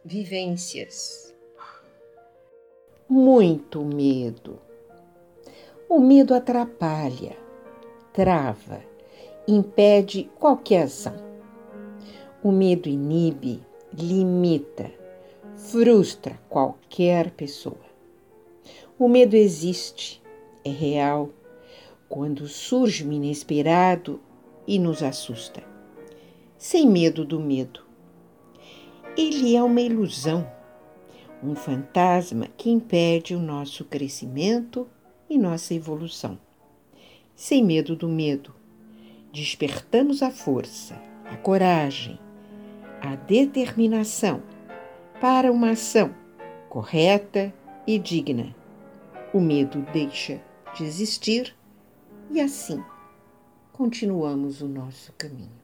vivências. Muito medo. O medo atrapalha, trava, impede qualquer ação. O medo inibe, limita, frustra qualquer pessoa. O medo existe, é real, quando surge o inesperado e nos assusta. Sem medo do medo. Ele é uma ilusão, um fantasma que impede o nosso crescimento e nossa evolução. Sem medo do medo, despertamos a força, a coragem, a determinação para uma ação correta e digna. O medo deixa de existir e assim continuamos o nosso caminho.